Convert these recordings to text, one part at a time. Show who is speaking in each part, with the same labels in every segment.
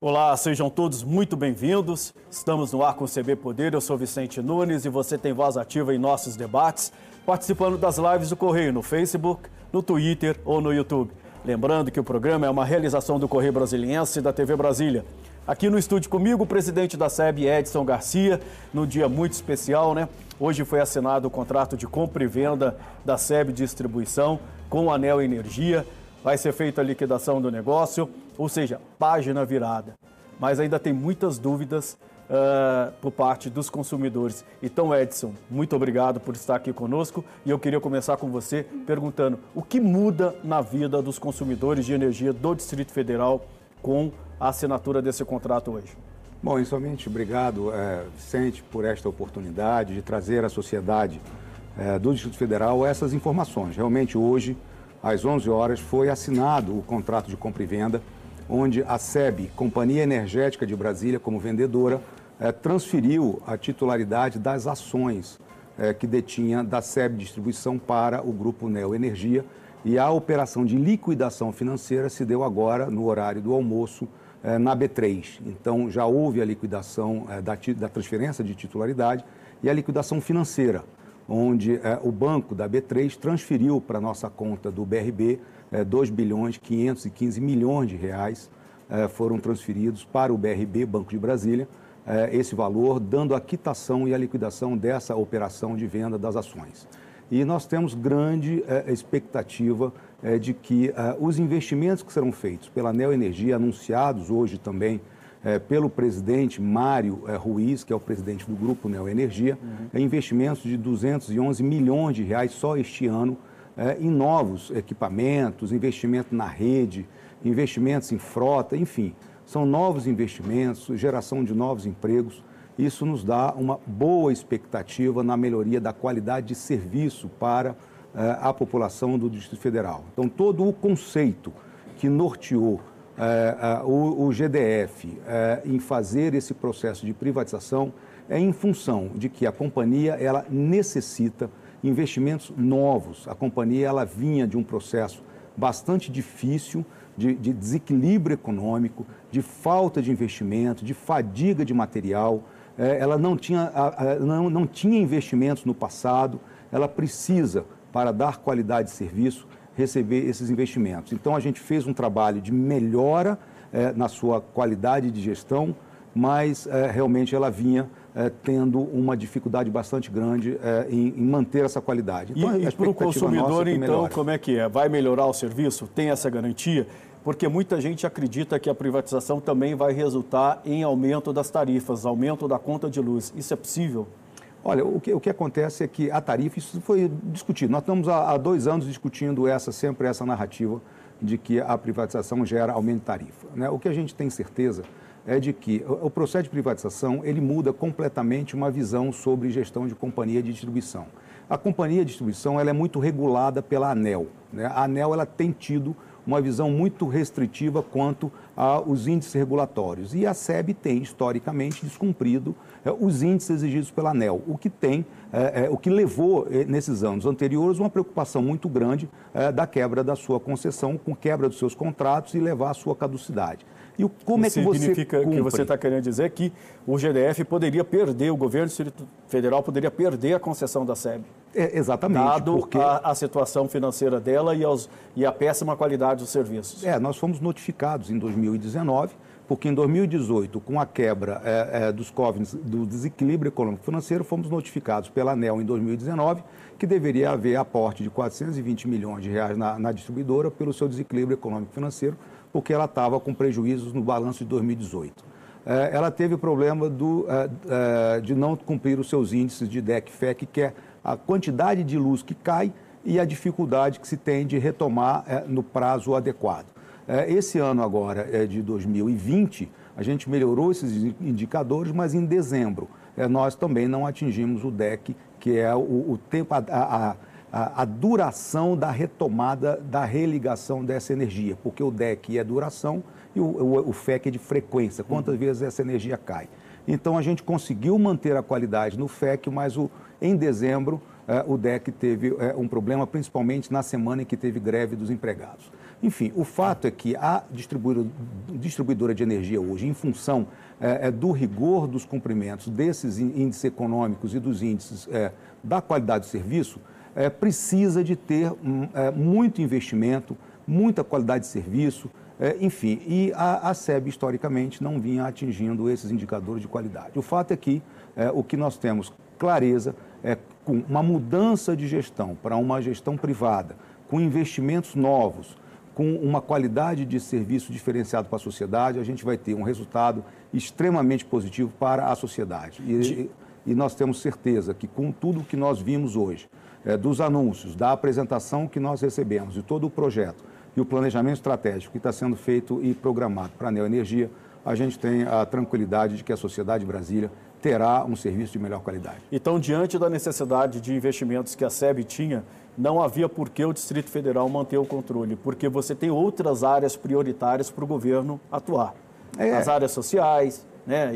Speaker 1: Olá, sejam todos muito bem-vindos. Estamos no ar com o CB Poder. Eu sou Vicente Nunes e você tem voz ativa em nossos debates, participando das lives do Correio no Facebook, no Twitter ou no YouTube. Lembrando que o programa é uma realização do Correio Brasiliense e da TV Brasília. Aqui no estúdio comigo, o presidente da SEB, Edson Garcia, num dia muito especial, né? Hoje foi assinado o contrato de compra e venda da SEB Distribuição com a Neo Energia. Vai ser feita a liquidação do negócio, ou seja, página virada. Mas ainda tem muitas dúvidas por parte dos consumidores. Então, Edson, muito obrigado por estar aqui conosco. E eu queria começar com você perguntando o que muda na vida dos consumidores de energia do Distrito Federal com a assinatura desse contrato hoje.
Speaker 2: Bom, inicialmente, obrigado, Vicente, por esta oportunidade de trazer à sociedade do Distrito Federal essas informações. Realmente, hoje, às 11 horas, foi assinado o contrato de compra e venda, onde a SEB, Companhia Energética de Brasília, como vendedora, transferiu a titularidade das ações que detinha da SEB Distribuição para o Grupo Neo Energia, e a operação de liquidação financeira se deu agora, no horário do almoço, na B3. Então, já houve a liquidação da transferência de titularidade e a liquidação financeira, onde o banco da B3 transferiu para a nossa conta do BRB 2 bilhões 515 milhões de reais, foram transferidos para o BRB, Banco de Brasília, esse valor, dando a quitação e a liquidação dessa operação de venda das ações. E nós temos grande expectativa de que os investimentos que serão feitos pela Neo Energia, anunciados hoje também pelo presidente Mário Ruiz, que é o presidente do Grupo Neo Energia, investimentos de 211 milhões de reais só este ano em novos equipamentos, investimento na rede, investimentos em frota, enfim, são novos investimentos, geração de novos empregos. Isso nos dá uma boa expectativa na melhoria da qualidade de serviço para a população do Distrito Federal. Então, todo o conceito que norteou o GDF em fazer esse processo de privatização é em função de que a companhia ela necessita investimentos novos. A companhia ela vinha de um processo bastante difícil de desequilíbrio econômico, de falta de investimento, de fadiga de material. Ela não tinha investimentos no passado, ela precisa, para dar qualidade de serviço, receber esses investimentos. Então, a gente fez um trabalho de melhora na sua qualidade de gestão, mas realmente ela vinha tendo uma dificuldade bastante grande em manter essa qualidade. Então,
Speaker 1: e para o consumidor, então, como é que é? Vai melhorar o serviço? Tem essa garantia? Porque muita gente acredita que a privatização também vai resultar em aumento das tarifas, aumento da conta de luz. Isso é possível?
Speaker 2: Olha, o que acontece é que a tarifa, isso foi discutido. Nós estamos há 2 anos discutindo sempre essa narrativa de que a privatização gera aumento de tarifa, né? O que a gente tem certeza é de que o processo de privatização ele muda completamente uma visão sobre gestão de companhia de distribuição. A companhia de distribuição ela é muito regulada pela ANEEL, né? A ANEEL ela tem tido uma visão muito restritiva quanto aos índices regulatórios. E a SEB tem, historicamente, descumprido os índices exigidos pela ANEEL, o que levou, nesses anos anteriores, uma preocupação muito grande da quebra da sua concessão, com quebra dos seus contratos e levar à sua caducidade. E como é que você
Speaker 1: significa que você está querendo dizer que o GDF poderia perder, o governo do Distrito Federal poderia perder a concessão da SEB?
Speaker 2: Exatamente.
Speaker 1: Dado porque a situação financeira dela e a péssima qualidade dos serviços.
Speaker 2: Nós fomos notificados em 2019, porque em 2018, com a quebra dos COVIDs, do desequilíbrio econômico-financeiro, fomos notificados pela ANEEL em 2019 que deveria haver aporte de 420 milhões de reais na distribuidora pelo seu desequilíbrio econômico-financeiro, porque ela estava com prejuízos no balanço de 2018. Ela teve o problema de não cumprir os seus índices de DEC/FEC, que é a quantidade de luz que cai e a dificuldade que se tem de retomar no prazo adequado. Esse ano agora, de 2020, a gente melhorou esses indicadores, mas em dezembro nós também não atingimos o DEC, que é o tempo, a duração da retomada da religação dessa energia, porque o DEC é duração e o FEC é de frequência, quantas vezes essa energia cai. Então, a gente conseguiu manter a qualidade no FEC, mas em dezembro o DEC teve um problema, principalmente na semana em que teve greve dos empregados. Enfim, o fato é que a distribuidora de energia hoje, em função do rigor dos cumprimentos desses índices econômicos e dos índices da qualidade do serviço, precisa de ter muito investimento, muita qualidade de serviço, enfim, e a SEB, historicamente, não vinha atingindo esses indicadores de qualidade. O fato é que o que nós temos clareza é com uma mudança de gestão para uma gestão privada, com investimentos novos, com uma qualidade de serviço diferenciado para a sociedade, a gente vai ter um resultado extremamente positivo para a sociedade. E nós temos certeza que com tudo que nós vimos hoje, dos anúncios, da apresentação que nós recebemos, de todo o projeto e o planejamento estratégico que está sendo feito e programado para a Neoenergia, a gente tem a tranquilidade de que a sociedade brasileira terá um serviço de melhor qualidade.
Speaker 1: Então, diante da necessidade de investimentos que a SEB tinha, não havia por que o Distrito Federal manter o controle, porque você tem outras áreas prioritárias para o governo atuar. As áreas sociais, né,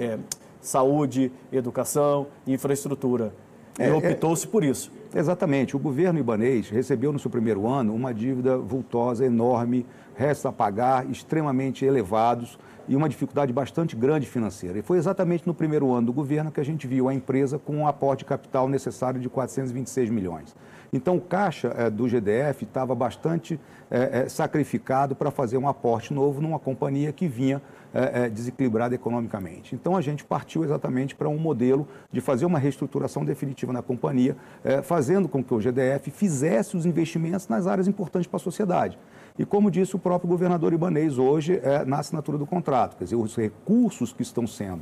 Speaker 1: saúde, educação, infraestrutura. E optou-se por isso.
Speaker 2: Exatamente. O governo ibanês recebeu no seu primeiro ano uma dívida vultosa, enorme, restos a pagar, extremamente elevados e uma dificuldade bastante grande financeira. E foi exatamente no primeiro ano do governo que a gente viu a empresa com um aporte de capital necessário de 426 milhões. Então, o caixa do GDF estava bastante sacrificado para fazer um aporte novo numa companhia que vinha desequilibrada economicamente. Então, a gente partiu exatamente para um modelo de fazer uma reestruturação definitiva na companhia, fazendo com que o GDF fizesse os investimentos nas áreas importantes para a sociedade. E como disse o próprio governador ibanês hoje na assinatura do contrato, quer dizer, os recursos que estão sendo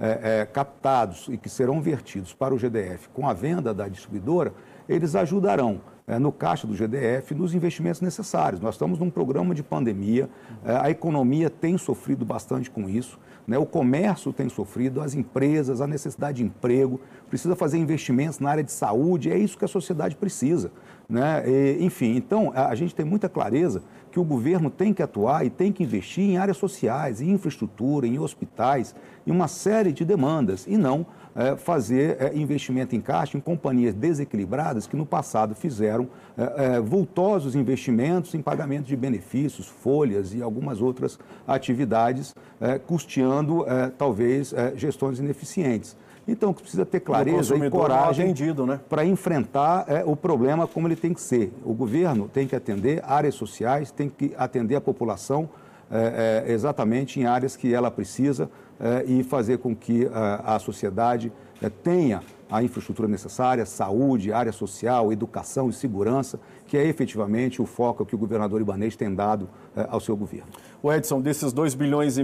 Speaker 2: captados e que serão vertidos para o GDF com a venda da distribuidora, eles ajudarão no caixa do GDF nos investimentos necessários. Nós estamos num programa de pandemia, a economia tem sofrido bastante com isso, né? O comércio tem sofrido, as empresas, a necessidade de emprego, precisa fazer investimentos na área de saúde, é isso que a sociedade precisa, né? Enfim, então a gente tem muita clareza que o governo tem que atuar e tem que investir em áreas sociais, em infraestrutura, em hospitais, em uma série de demandas e não fazer investimento em caixa em companhias desequilibradas que no passado fizeram vultosos investimentos em pagamento de benefícios, folhas e algumas outras atividades, custeando talvez gestões ineficientes. Então, precisa ter clareza e coragem para enfrentar o problema como ele tem que ser. O governo tem que atender áreas sociais, tem que atender a população exatamente em áreas que ela precisa e fazer com que a sociedade tenha a infraestrutura necessária, saúde, área social, educação e segurança, que é efetivamente o foco que o governador ibanês tem dado ao seu governo.
Speaker 1: O Edson, desses 2,5 bilhões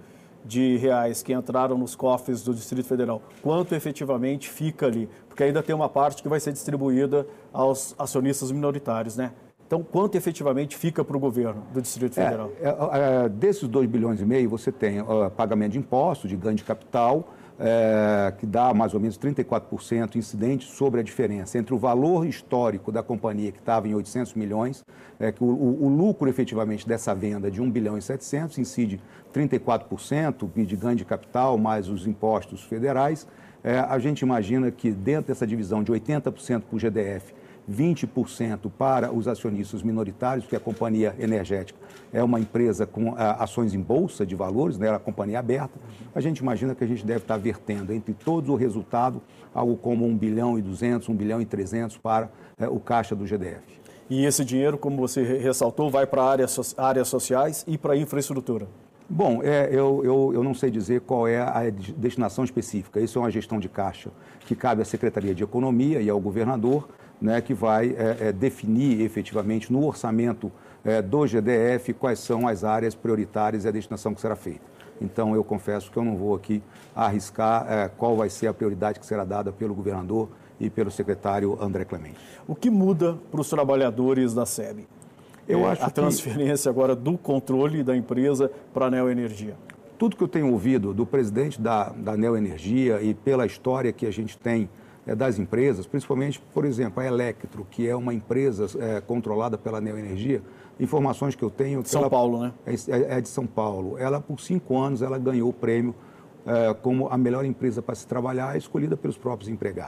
Speaker 1: de reais que entraram nos cofres do Distrito Federal, quanto efetivamente fica ali? Porque ainda tem uma parte que vai ser distribuída aos acionistas minoritários, né? Então, quanto efetivamente fica para o governo do Distrito Federal?
Speaker 2: Desses 2,5 bilhões, você tem pagamento de impostos, de ganho de capital, que dá mais ou menos 34% incidente sobre a diferença entre o valor histórico da companhia, que estava em 800 milhões, que o lucro efetivamente dessa venda de 1 bilhão e 700 incide 34% de ganho de capital, mais os impostos federais. A gente imagina que dentro dessa divisão de 80% para o GDF, 20% para os acionistas minoritários, porque a companhia energética é uma empresa com ações em bolsa de valores, né, ela é uma companhia aberta. A gente imagina que a gente deve estar vertendo entre todos o resultado algo como 1 bilhão e 200, 1 bilhão e 300 para o caixa do GDF.
Speaker 1: E esse dinheiro, como você ressaltou, vai para áreas sociais e para infraestrutura?
Speaker 2: Bom, eu não sei dizer qual é a destinação específica. Isso é uma gestão de caixa que cabe à Secretaria de Economia e ao governador, né, que vai definir efetivamente no orçamento do GDF quais são as áreas prioritárias e a destinação que será feita. Então, eu confesso que eu não vou aqui arriscar qual vai ser a prioridade que será dada pelo governador e pelo secretário André Clemente.
Speaker 1: O que muda para os trabalhadores da SEB?
Speaker 2: Eu acho
Speaker 1: a transferência agora do controle da empresa para a Neoenergia.
Speaker 2: Tudo que eu tenho ouvido do presidente da Neoenergia e pela história que a gente tem das empresas, principalmente, por exemplo, a Electro, que é uma empresa controlada pela Neoenergia, informações que eu tenho...
Speaker 1: São Paulo, né?
Speaker 2: É de São Paulo. Ela, por 5 anos, ela ganhou o prêmio como a melhor empresa para se trabalhar, escolhida pelos próprios empregados.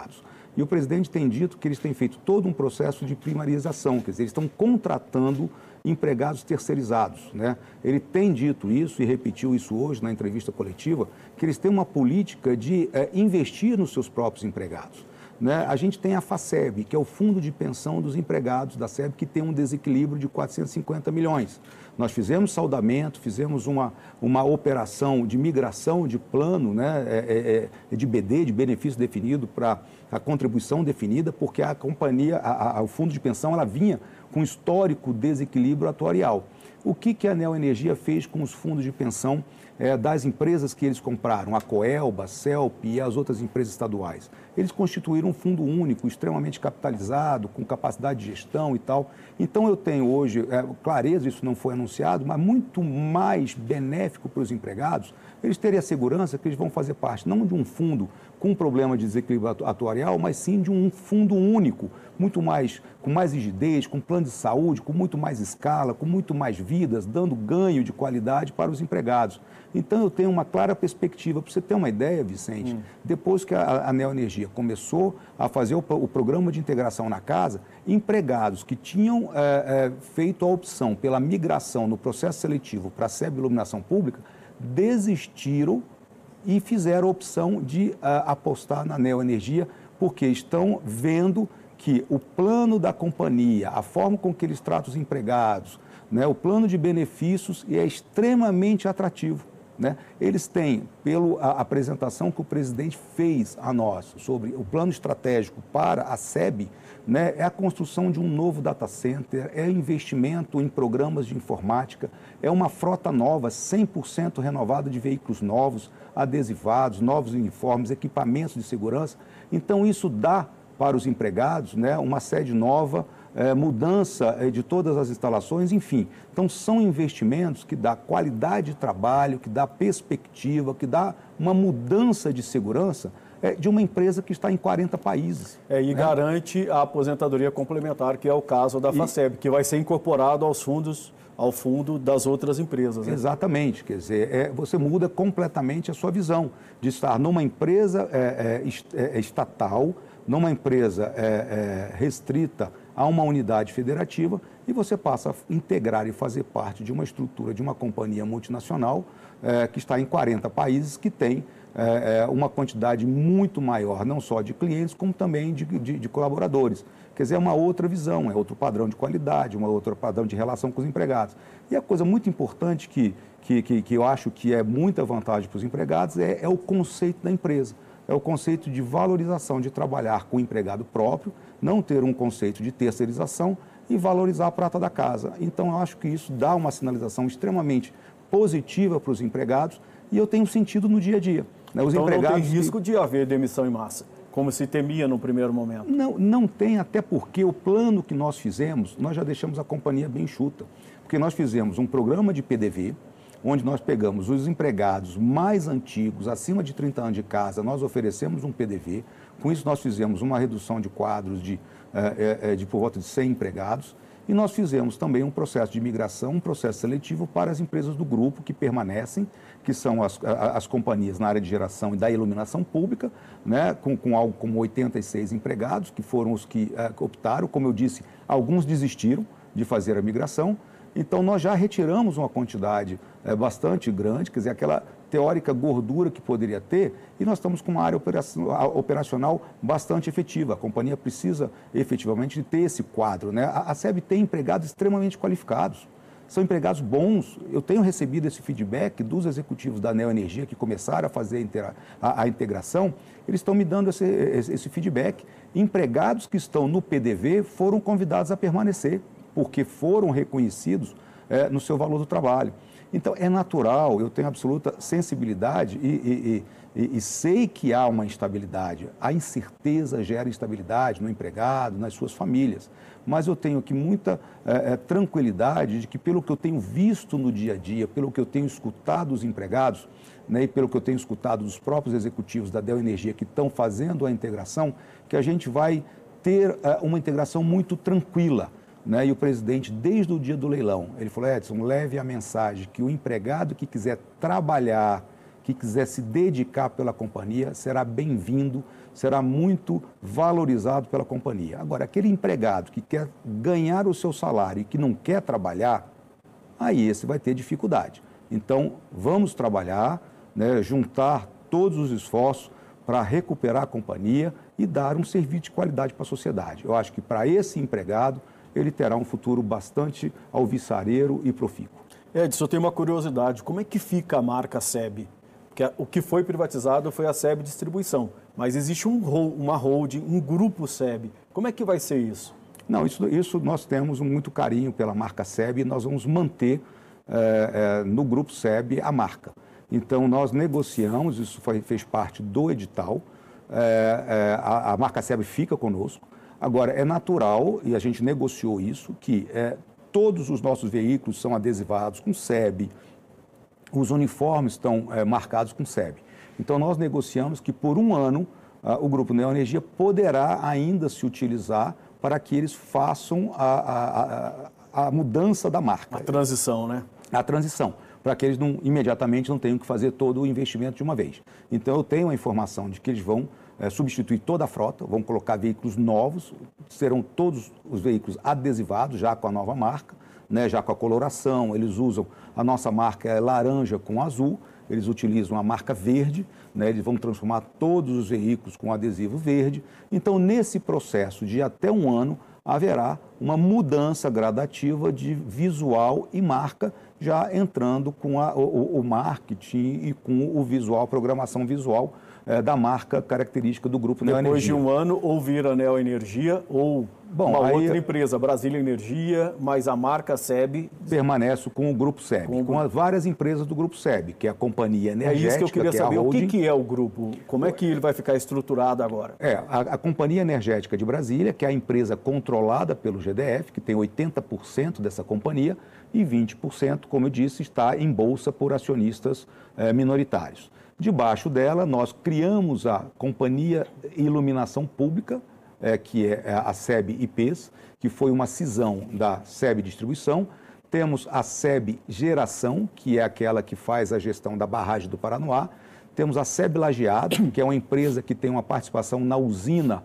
Speaker 2: E o presidente tem dito que eles têm feito todo um processo de primarização, quer dizer, eles estão contratando empregados terceirizados, né? Ele tem dito isso e repetiu isso hoje na entrevista coletiva, que eles têm uma política de investir nos seus próprios empregados. Né? A gente tem a FACEB, que é o Fundo de Pensão dos Empregados da SEB, que tem um desequilíbrio de 450 milhões. Nós fizemos saldamento, fizemos uma operação de migração de plano, né, de BD, de benefício definido, para a contribuição definida, porque a companhia, o fundo de pensão, ela vinha com histórico desequilíbrio atuarial. O que a Neoenergia fez com os fundos de pensão das empresas que eles compraram, a Coelba, a CELP e as outras empresas estaduais? Eles constituíram um fundo único, extremamente capitalizado, com capacidade de gestão e tal. Então eu tenho hoje, clareza, isso não foi anunciado, mas muito mais benéfico para os empregados, eles terem a segurança que eles vão fazer parte não de um fundo com problema de desequilíbrio atuarial, mas sim de um fundo único, muito mais, com mais rigidez, com plano de saúde, com muito mais escala, com muito mais vidas, dando ganho de qualidade para os empregados. Então eu tenho uma clara perspectiva. Para você ter uma ideia, Vicente, depois que a Neoenergia começou a fazer o programa de integração na casa, empregados que tinham feito a opção pela migração no processo seletivo para a SEB Iluminação Pública, desistiram e fizeram a opção de apostar na Neoenergia, porque estão vendo que o plano da companhia, a forma com que eles tratam os empregados, né, o plano de benefícios é extremamente atrativo. Né? Eles têm, pela apresentação que o presidente fez a nós sobre o plano estratégico para a SEB, né, é a construção de um novo data center, é investimento em programas de informática, é uma frota nova, 100% renovada de veículos novos, adesivados, novos uniformes, equipamentos de segurança. Então, isso dá para os empregados, né, uma sede nova, mudança de todas as instalações, enfim. Então, são investimentos que dá qualidade de trabalho, que dá perspectiva, que dá uma mudança de segurança de uma empresa que está em 40 países.
Speaker 1: E garante a aposentadoria complementar, que é o caso da FACEB, que vai ser incorporado ao fundo das outras empresas. Né?
Speaker 2: Exatamente, quer dizer, você muda completamente a sua visão de estar numa empresa estatal, numa empresa restrita a uma unidade federativa, e você passa a integrar e fazer parte de uma estrutura de uma companhia multinacional que está em 40 países, que tem uma quantidade muito maior, não só de clientes, como também de colaboradores. Quer dizer, é uma outra visão, é outro padrão de qualidade, um outro padrão de relação com os empregados. E a coisa muito importante que eu acho que é muita vantagem para os empregados é o conceito da empresa. É o conceito de valorização, de trabalhar com o empregado próprio, não ter um conceito de terceirização e valorizar a prata da casa. Então, eu acho que isso dá uma sinalização extremamente positiva para os empregados e eu tenho sentido no dia a dia. Né? Os
Speaker 1: então,
Speaker 2: empregados
Speaker 1: não tem risco de haver demissão em massa, como se temia no primeiro momento?
Speaker 2: Não tem, até porque o plano que nós fizemos, nós já deixamos a companhia bem enxuta. Porque nós fizemos um programa de PDV, onde nós pegamos os empregados mais antigos, acima de 30 anos de casa, nós oferecemos um PDV. Com isso, nós fizemos uma redução de quadros de por volta de 100 empregados. E nós fizemos também um processo de migração, um processo seletivo para as empresas do grupo que permanecem, que são as companhias na área de geração e da iluminação pública, né, com algo como 86 empregados, que foram os que optaram. Como eu disse, alguns desistiram de fazer a migração. Então, nós já retiramos uma quantidade bastante grande, quer dizer, aquela teórica gordura que poderia ter, e nós estamos com uma área operacional bastante efetiva. A companhia precisa efetivamente ter esse quadro. Né? A SEB tem empregados extremamente qualificados, são empregados bons. Eu tenho recebido esse feedback dos executivos da Neoenergia que começaram a fazer a integração, eles estão me dando esse feedback. Empregados que estão no PDV foram convidados a permanecer, porque foram reconhecidos no seu valor do trabalho. Então, é natural, eu tenho absoluta sensibilidade e sei que há uma instabilidade. A incerteza gera instabilidade no empregado, nas suas famílias. Mas eu tenho aqui muita tranquilidade de que, pelo que eu tenho visto no dia a dia, pelo que eu tenho escutado dos empregados, né, e pelo que eu tenho escutado dos próprios executivos da Neoenergia que estão fazendo a integração, que a gente vai ter uma integração muito tranquila. Né? E o presidente, desde o dia do leilão, ele falou: Edson, leve a mensagem que o empregado que quiser trabalhar que quiser se dedicar pela companhia, será bem-vindo, será muito valorizado pela companhia. Agora, aquele empregado que quer ganhar o seu salário e que não quer trabalhar, aí esse vai ter dificuldade. Então, vamos trabalhar, né, juntar todos os esforços para recuperar a companhia e dar um serviço de qualidade para a sociedade. Eu acho que para esse empregado, ele terá um futuro bastante alvissareiro e profícuo.
Speaker 1: Edson, eu tenho uma curiosidade. Como é que fica a marca SEB? Porque o que foi privatizado foi a SEB Distribuição, mas existe uma holding, um grupo SEB. Como é que vai ser isso?
Speaker 2: Não, isso nós temos muito carinho pela marca SEB e nós vamos manter no grupo SEB a marca. Então, nós negociamos, isso fez parte do edital, a marca SEB fica conosco. Agora, é natural, e a gente negociou isso, que todos os nossos veículos são adesivados com SEB, os uniformes estão marcados com SEB. Então, nós negociamos que por um ano o Grupo Neoenergia poderá ainda se utilizar para que eles façam a mudança da marca.
Speaker 1: A transição, né?
Speaker 2: A transição, para que eles imediatamente não tenham que fazer todo o investimento de uma vez. Então, eu tenho a informação de que eles vão substituir toda a frota, vão colocar veículos novos, serão todos os veículos adesivados, já com a nova marca, né, já com a coloração. Eles usam, a nossa marca laranja com azul, eles utilizam a marca verde, né, eles vão transformar todos os veículos com adesivo verde. Então, nesse processo de até um ano, haverá uma mudança gradativa de visual e marca, já entrando com o marketing e com o visual, a programação visual da marca característica do Grupo Neoenergia.
Speaker 1: Depois de um ano, ou vira Neoenergia ou outra empresa, Brasília Energia, mas a marca SEB...
Speaker 2: Permanece com o Grupo SEB, com as várias empresas do Grupo SEB, que é a companhia energética,
Speaker 1: é isso que eu queria saber.
Speaker 2: O
Speaker 1: que é o grupo? Como é que ele vai ficar estruturado agora?
Speaker 2: A Companhia Energética de Brasília, que é a empresa controlada pelo GDF, que tem 80% dessa companhia, e 20%, como eu disse, está em bolsa por acionistas minoritários. Debaixo dela, nós criamos a Companhia Iluminação Pública, que é a SEB IPs, que foi uma cisão da SEB Distribuição. Temos a SEB Geração, que é aquela que faz a gestão da barragem do Paranoá. Temos a SEB Lajeado, que é uma empresa que tem uma participação na usina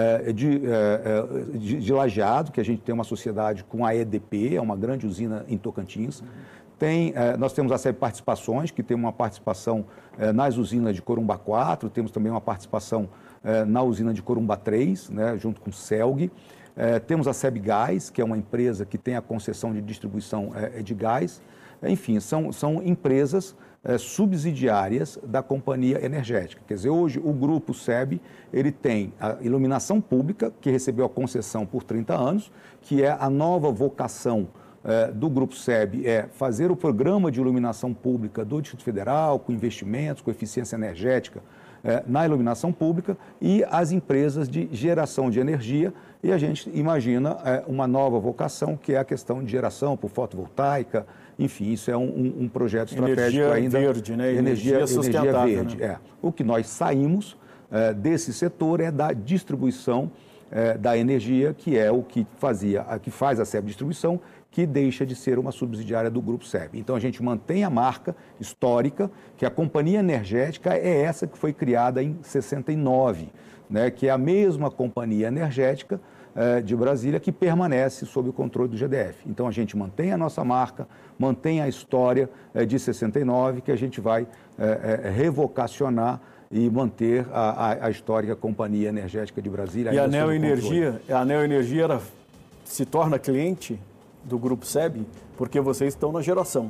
Speaker 2: de Lajeado, que a gente tem uma sociedade com a EDP, é uma grande usina em Tocantins. Nós temos a SEB Participações, que tem uma participação nas usinas de Corumbá 4, temos também uma participação na usina de Corumbá 3, né, junto com o CELG. Temos a SEB Gás, que é uma empresa que tem a concessão de distribuição de gás. Enfim, são empresas subsidiárias da companhia energética. Quer dizer, hoje o Grupo SEB ele tem a iluminação pública, que recebeu a concessão por 30 anos, que é a nova vocação do Grupo SEB, fazer o programa de iluminação pública do Distrito Federal, com investimentos, com eficiência energética na iluminação pública, e as empresas de geração de energia, e a gente imagina uma nova vocação, que é a questão de geração por fotovoltaica. Enfim, isso é um projeto estratégico ainda.
Speaker 1: Verde, né? Energia sustentável,
Speaker 2: verde,
Speaker 1: né?
Speaker 2: O que nós saímos desse setor é da distribuição da energia, que é o que faz a SEB Distribuição, que deixa de ser uma subsidiária do Grupo SEB. Então, a gente mantém a marca histórica, que a Companhia Energética é essa que foi criada em 69, né, que é a mesma Companhia Energética de Brasília, que permanece sob o controle do GDF. Então, a gente mantém a nossa marca, mantém a história de 69, que a gente vai revocacionar e manter a histórica Companhia Energética de Brasília.
Speaker 1: E a Neoenergia se torna cliente do Grupo SEB, porque vocês estão na geração.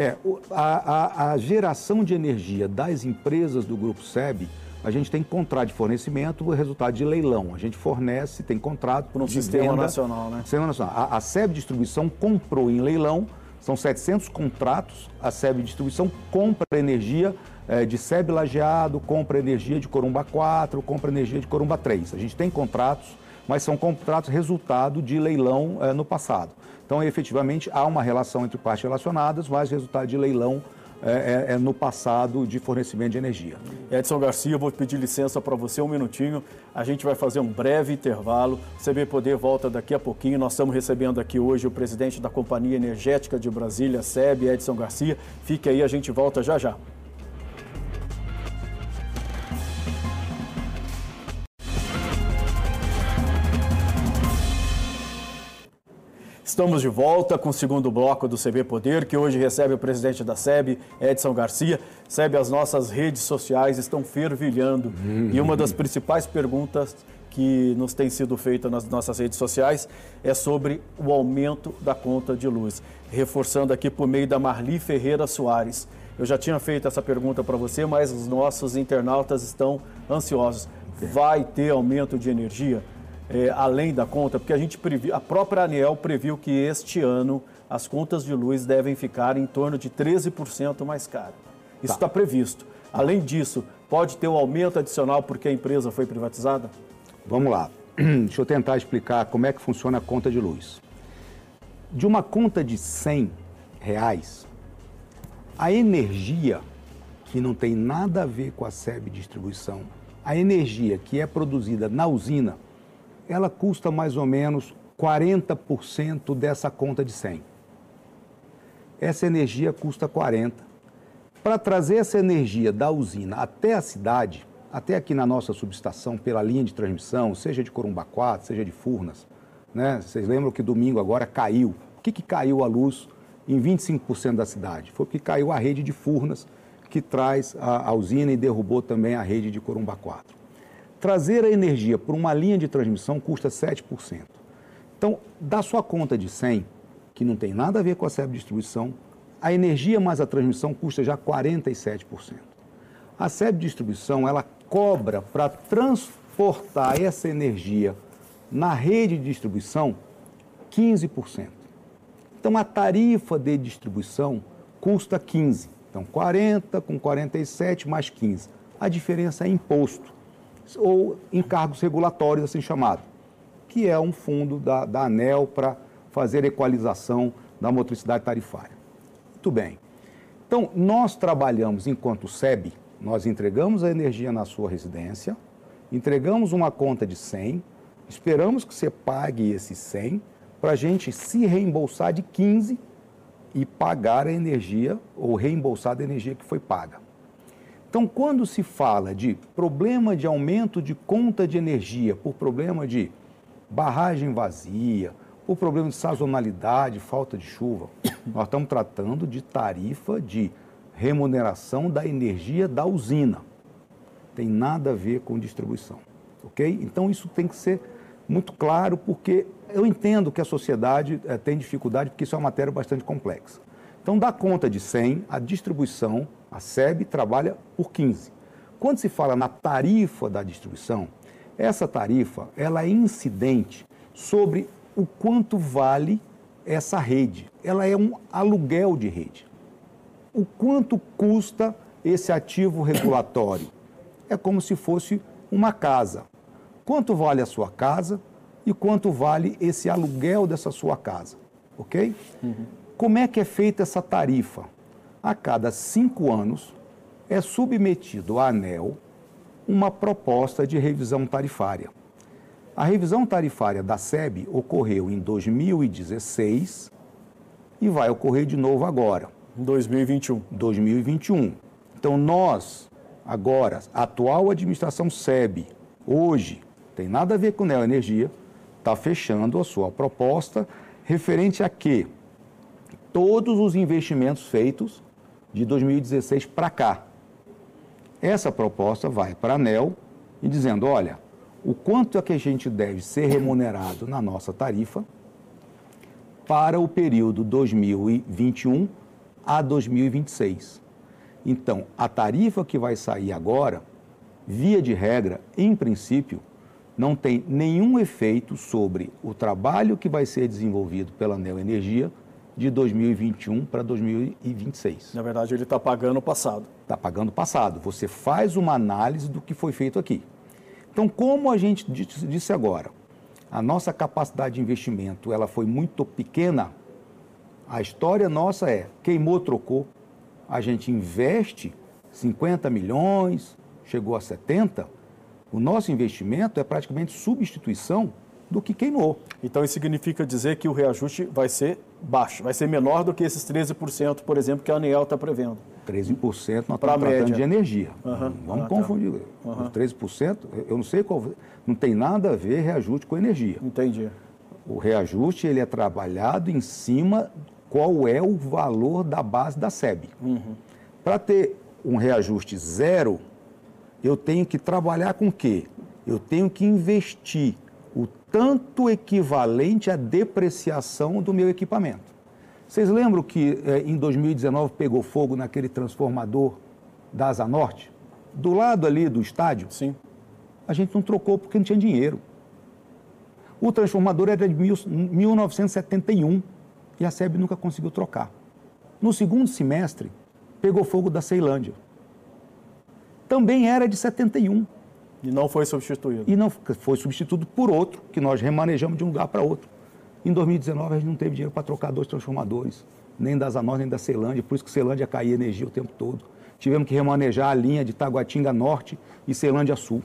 Speaker 2: A geração de energia das empresas do Grupo SEB, a gente tem contrato de fornecimento, o resultado de leilão. A gente fornece, tem contrato
Speaker 1: por um sistema nacional, né?
Speaker 2: Sistema nacional. A SEB Distribuição comprou em leilão, são 700 contratos, a SEB Distribuição compra energia de SEB Lajeado, compra energia de Corumbá 4, compra energia de Corumbá 3. A gente tem contratos, mas são contratos resultado de leilão no passado. Então, efetivamente, há uma relação entre partes relacionadas, mas resultado de leilão no passado de fornecimento de energia.
Speaker 1: Edson Garcia, eu vou pedir licença para você um minutinho. A gente vai fazer um breve intervalo. O CB Poder volta daqui a pouquinho. Nós estamos recebendo aqui hoje o presidente da Companhia Energética de Brasília, SEB, Edson Garcia. Fique aí, a gente volta já já. Estamos de volta com o segundo bloco do CB Poder, que hoje recebe o presidente da SEB, Edson Garcia. SEB, as nossas redes sociais estão fervilhando. E uma das principais perguntas que nos tem sido feita nas nossas redes sociais é sobre o aumento da conta de luz. Reforçando aqui por meio da Marli Ferreira Soares. Eu já tinha feito essa pergunta para você, mas os nossos internautas estão ansiosos. Vai ter aumento de energia? Além da conta, porque a própria ANEEL previu que este ano as contas de luz devem ficar em torno de 13% mais caras. Isso está previsto. Além disso, pode ter um aumento adicional porque a empresa foi privatizada?
Speaker 2: Vamos lá. Deixa eu tentar explicar como é que funciona a conta de luz. De uma conta de R$100, a energia, que não tem nada a ver com a SEB Distribuição, a energia que é produzida na usina, ela custa mais ou menos 40% dessa conta de 100. Essa energia custa 40. Para trazer essa energia da usina até a cidade, até aqui na nossa subestação, pela linha de transmissão, seja de Corumbá 4, seja de Furnas, né? Vocês lembram que domingo agora caiu. Por que caiu a luz em 25% da cidade? Foi porque caiu a rede de Furnas, que traz a usina e derrubou também a rede de Corumbá 4. Trazer a energia por uma linha de transmissão custa 7%. Então, da sua conta de 100, que não tem nada a ver com a SEB Distribuição, a energia mais a transmissão custa já 47%. A SEB Distribuição, ela cobra para transportar essa energia na rede de distribuição 15%. Então, a tarifa de distribuição custa 15%. Então, 40 com 47 mais 15. A diferença é imposto, ou encargos regulatórios, assim chamado, que é um fundo da ANEEL para fazer equalização da motricidade tarifária. Muito bem. Então, nós trabalhamos enquanto SEB, nós entregamos a energia na sua residência, entregamos uma conta de 100, esperamos que você pague esses 100 para a gente se reembolsar de 15 e pagar a energia ou reembolsar da energia que foi paga. Então, quando se fala de problema de aumento de conta de energia por problema de barragem vazia, por problema de sazonalidade, falta de chuva, nós estamos tratando de tarifa de remuneração da energia da usina. Tem nada a ver com distribuição, ok? Então, isso tem que ser muito claro, porque eu entendo que a sociedade tem dificuldade, porque isso é uma matéria bastante complexa. Então, da conta de 100, a distribuição, a SEB trabalha por 15. Quando se fala na tarifa da distribuição, essa tarifa ela é incidente sobre o quanto vale essa rede. Ela é um aluguel de rede. O quanto custa esse ativo regulatório? É como se fosse uma casa. Quanto vale a sua casa e quanto vale esse aluguel dessa sua casa, ok? Como é que é feita essa tarifa? A cada 5 anos é submetido à ANEEL uma proposta de revisão tarifária. A revisão tarifária da SEB ocorreu em 2016 e vai ocorrer de novo agora.
Speaker 1: Em 2021.
Speaker 2: 2021. Então nós, agora, a atual administração SEB, hoje, tem nada a ver com Neoenergia, está fechando a sua proposta referente a que todos os investimentos feitos de 2016 para cá. Essa proposta vai para a ANEEL e dizendo, olha, o quanto é que a gente deve ser remunerado na nossa tarifa para o período 2021 a 2026. Então, a tarifa que vai sair agora, via de regra, em princípio, não tem nenhum efeito sobre o trabalho que vai ser desenvolvido pela Neoenergia de 2021 para 2026.
Speaker 1: Na verdade, ele está pagando o passado.
Speaker 2: Está pagando o passado. Você faz uma análise do que foi feito aqui. Então, como a gente disse agora, a nossa capacidade de investimento ela foi muito pequena, a história nossa é, queimou, trocou, a gente investe 50 milhões, chegou a 70, o nosso investimento é praticamente substituição do que queimou.
Speaker 1: Então, isso significa dizer que o reajuste vai ser baixo, vai ser menor do que esses 13%, por exemplo, que a ANEEL está prevendo.
Speaker 2: 13% nós estamos tratando de energia. Vamos confundir. Os 13%, eu não sei qual... Não tem nada a ver reajuste com energia.
Speaker 1: Entendi.
Speaker 2: O reajuste ele é trabalhado em cima qual é o valor da base da SEB. Para ter um reajuste zero, eu tenho que trabalhar com o quê? Eu tenho que investir o tanto equivalente à depreciação do meu equipamento. Vocês lembram que em 2019 pegou fogo naquele transformador da Asa Norte? Do lado ali do estádio?
Speaker 1: Sim.
Speaker 2: A gente não trocou porque não tinha dinheiro. O transformador era de 1971 e a SEB nunca conseguiu trocar. No segundo semestre, pegou fogo da Ceilândia. Também era de 71.
Speaker 1: E não foi substituído.
Speaker 2: E não foi substituído por outro, que nós remanejamos de um lugar para outro. Em 2019, a gente não teve dinheiro para trocar 2 transformadores, nem da Asa Norte, nem da Ceilândia, por isso que Ceilândia caía energia o tempo todo. Tivemos que remanejar a linha de Taguatinga Norte e Ceilândia Sul.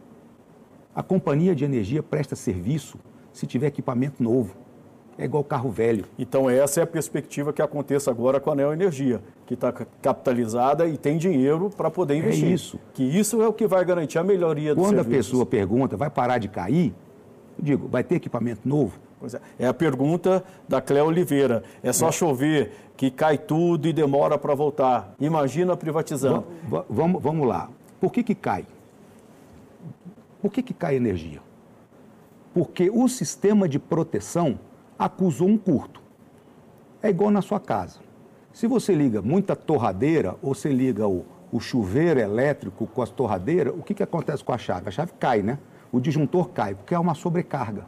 Speaker 2: A companhia de energia presta serviço se tiver equipamento novo. É igual carro velho.
Speaker 1: Então essa é a perspectiva que aconteça agora com a Neoenergia, que está capitalizada e tem dinheiro para poder investir.
Speaker 2: É isso.
Speaker 1: Que isso é o que vai garantir a melhoria do serviço.
Speaker 2: Quando a pessoa pergunta, vai parar de cair? Eu digo, vai ter equipamento novo?
Speaker 1: Pois é a pergunta da Cléa Oliveira. É só chover que cai tudo e demora para voltar. Imagina privatizando.
Speaker 2: Vamos lá. Por que cai? Por que cai energia? Porque o sistema de proteção acusou um curto. É igual na sua casa. Se você liga muita torradeira ou você liga o chuveiro elétrico com as torradeiras, o que acontece com a chave? A chave cai, né? O disjuntor cai, porque é uma sobrecarga.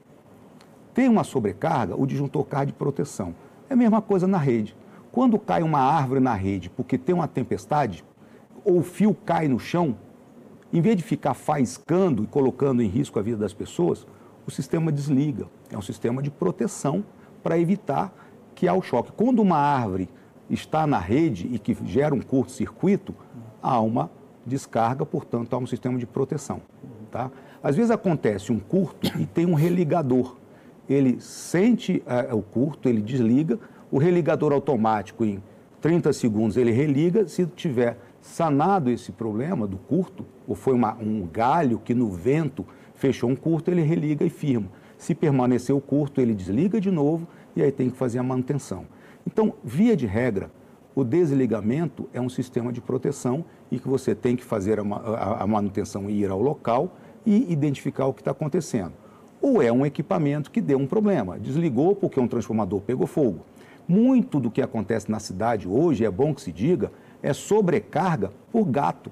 Speaker 2: Tem uma sobrecarga, o disjuntor cai de proteção. É a mesma coisa na rede. Quando cai uma árvore na rede porque tem uma tempestade, ou o fio cai no chão, em vez de ficar faiscando e colocando em risco a vida das pessoas, o sistema desliga. É um sistema de proteção para evitar que há o choque. Quando uma árvore está na rede e que gera um curto-circuito, há uma descarga, portanto, há um sistema de proteção. Tá? Às vezes acontece um curto e tem um religador. Ele sente o curto, ele desliga, o religador automático em 30 segundos ele religa, se tiver sanado esse problema do curto, ou foi um galho que no vento fechou um curto, ele religa e firma. Se permanecer o curto, ele desliga de novo e aí tem que fazer a manutenção. Então, via de regra, o desligamento é um sistema de proteção e que você tem que fazer a manutenção e ir ao local e identificar o que está acontecendo. Ou é um equipamento que deu um problema, desligou porque um transformador pegou fogo. Muito do que acontece na cidade hoje, é bom que se diga, é sobrecarga por gato.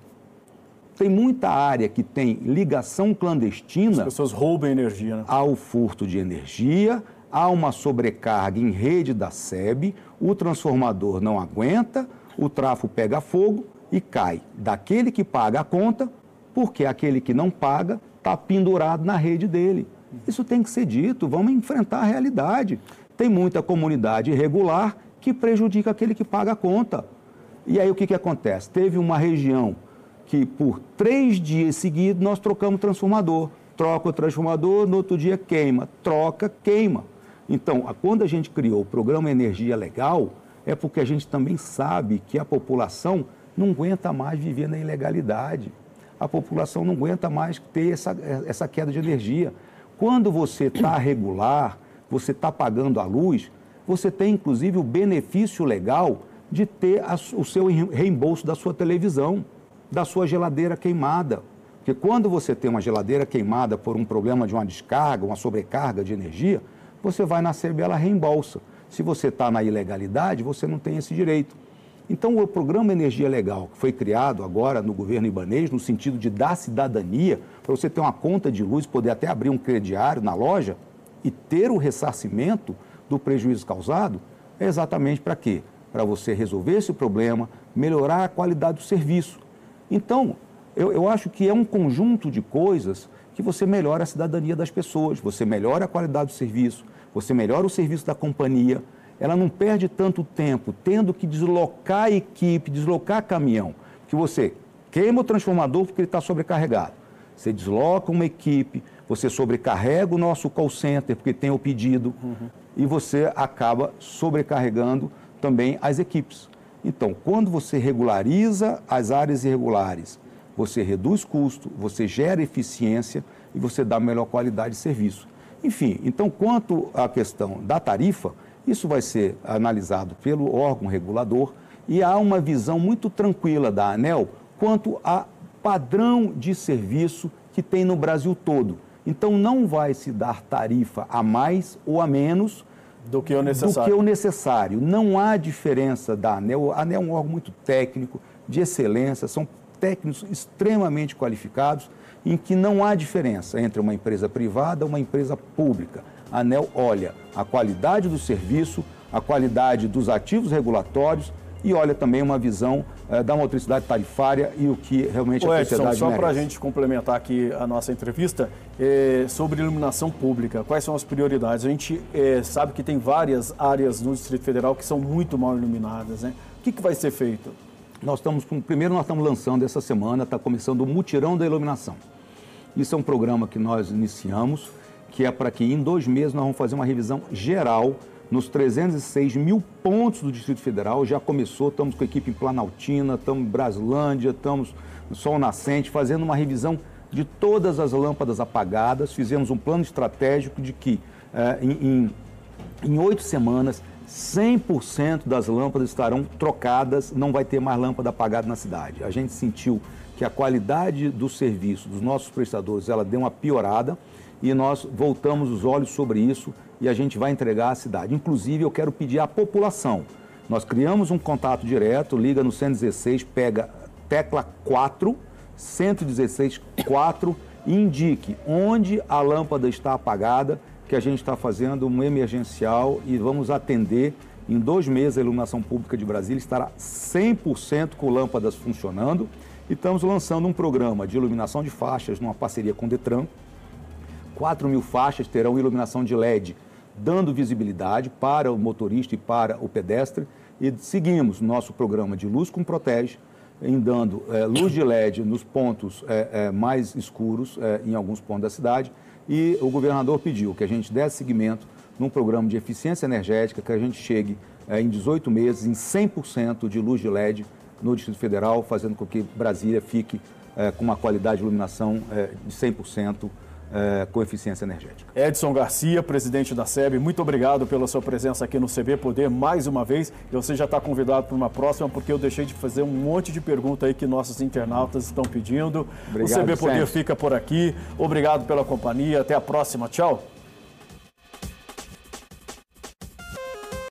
Speaker 2: Tem muita área que tem ligação clandestina.
Speaker 1: As pessoas roubam energia, né?
Speaker 2: Há o furto de energia, há uma sobrecarga em rede da SEB, o transformador não aguenta, o trafo pega fogo e cai daquele que paga a conta, porque aquele que não paga está pendurado na rede dele. Isso tem que ser dito, vamos enfrentar a realidade. Tem muita comunidade irregular que prejudica aquele que paga a conta. E aí o que acontece? Teve uma região que por 3 dias seguidos nós trocamos o transformador. Troca o transformador, no outro dia queima. Troca, queima. Então, quando a gente criou o programa Energia Legal, é porque a gente também sabe que a população não aguenta mais viver na ilegalidade. A população não aguenta mais ter essa queda de energia. Quando você está regular, você está pagando a luz, você tem inclusive o benefício legal de ter o seu reembolso da sua televisão, da sua geladeira queimada. Porque quando você tem uma geladeira queimada por um problema de uma descarga, uma sobrecarga de energia, você vai na SEB e ela reembolsa. Se você está na ilegalidade, você não tem esse direito. Então, o programa Energia Legal, que foi criado agora no governo Ibanez, no sentido de dar cidadania, para você ter uma conta de luz, poder até abrir um crediário na loja e ter o ressarcimento do prejuízo causado, é exatamente para quê? Para você resolver esse problema, melhorar a qualidade do serviço. Então, eu acho que é um conjunto de coisas que você melhora a cidadania das pessoas, você melhora a qualidade do serviço, você melhora o serviço da companhia. Ela não perde tanto tempo tendo que deslocar a equipe, deslocar caminhão, que você queima o transformador porque ele está sobrecarregado. Você desloca uma equipe, você sobrecarrega o nosso call center porque tem o pedido e você acaba sobrecarregando também as equipes. Então, quando você regulariza as áreas irregulares, você reduz custo, você gera eficiência e você dá melhor qualidade de serviço. Enfim, então, quanto à questão da tarifa, isso vai ser analisado pelo órgão regulador e há uma visão muito tranquila da ANEEL quanto a padrão de serviço que tem no Brasil todo. Então, não vai se dar tarifa a mais ou a menos
Speaker 1: do que o necessário.
Speaker 2: Não há diferença da ANEEL. A ANEEL é um órgão muito técnico, de excelência, são técnicos extremamente qualificados, em que não há diferença entre uma empresa privada e uma empresa pública. A ANEEL olha a qualidade do serviço, a qualidade dos ativos regulatórios e olha também uma visão da motricidade tarifária e o que realmente a sociedade merece.
Speaker 1: Só para a gente complementar aqui a nossa entrevista, sobre iluminação pública, quais são as prioridades? A gente sabe que tem várias áreas no Distrito Federal que são muito mal iluminadas, né? O que vai ser feito?
Speaker 2: Primeiro nós estamos lançando essa semana, está começando o Mutirão da Iluminação. Isso é um programa que nós iniciamos, que é para que em 2 meses nós vamos fazer uma revisão geral nos 306 mil pontos do Distrito Federal. Já começou, estamos com a equipe em Planaltina, estamos em Braslândia, estamos no Sol Nascente, fazendo uma revisão de todas as lâmpadas apagadas. Fizemos um plano estratégico de que em 8 semanas, 100% das lâmpadas estarão trocadas, não vai ter mais lâmpada apagada na cidade. A gente sentiu que a qualidade do serviço dos nossos prestadores, ela deu uma piorada e nós voltamos os olhos sobre isso e a gente vai entregar à cidade. Inclusive, eu quero pedir à população, nós criamos um contato direto, liga no 116, pega tecla 4, 116 4, e indique onde a lâmpada está apagada, que a gente está fazendo um emergencial e vamos atender. Em 2 meses, a iluminação pública de Brasília estará 100% com lâmpadas funcionando. E estamos lançando um programa de iluminação de faixas numa parceria com o Detran. 4.000 faixas terão iluminação de LED, dando visibilidade para o motorista e para o pedestre. E seguimos nosso programa de Luz com Protege, em dando luz de LED nos pontos mais escuros, em alguns pontos da cidade. E o governador pediu que a gente desse seguimento num programa de eficiência energética, que a gente chegue em 18 meses em 100% de luz de LED no Distrito Federal, fazendo com que Brasília fique com uma qualidade de iluminação de 100% com eficiência energética.
Speaker 1: Edson Garcia, presidente da SEB, muito obrigado pela sua presença aqui no CB Poder mais uma vez. E você já está convidado para uma próxima, porque eu deixei de fazer um monte de perguntas aí que nossos internautas estão pedindo. Obrigado, o CB Poder fica por aqui. Obrigado pela companhia. Até a próxima. Tchau.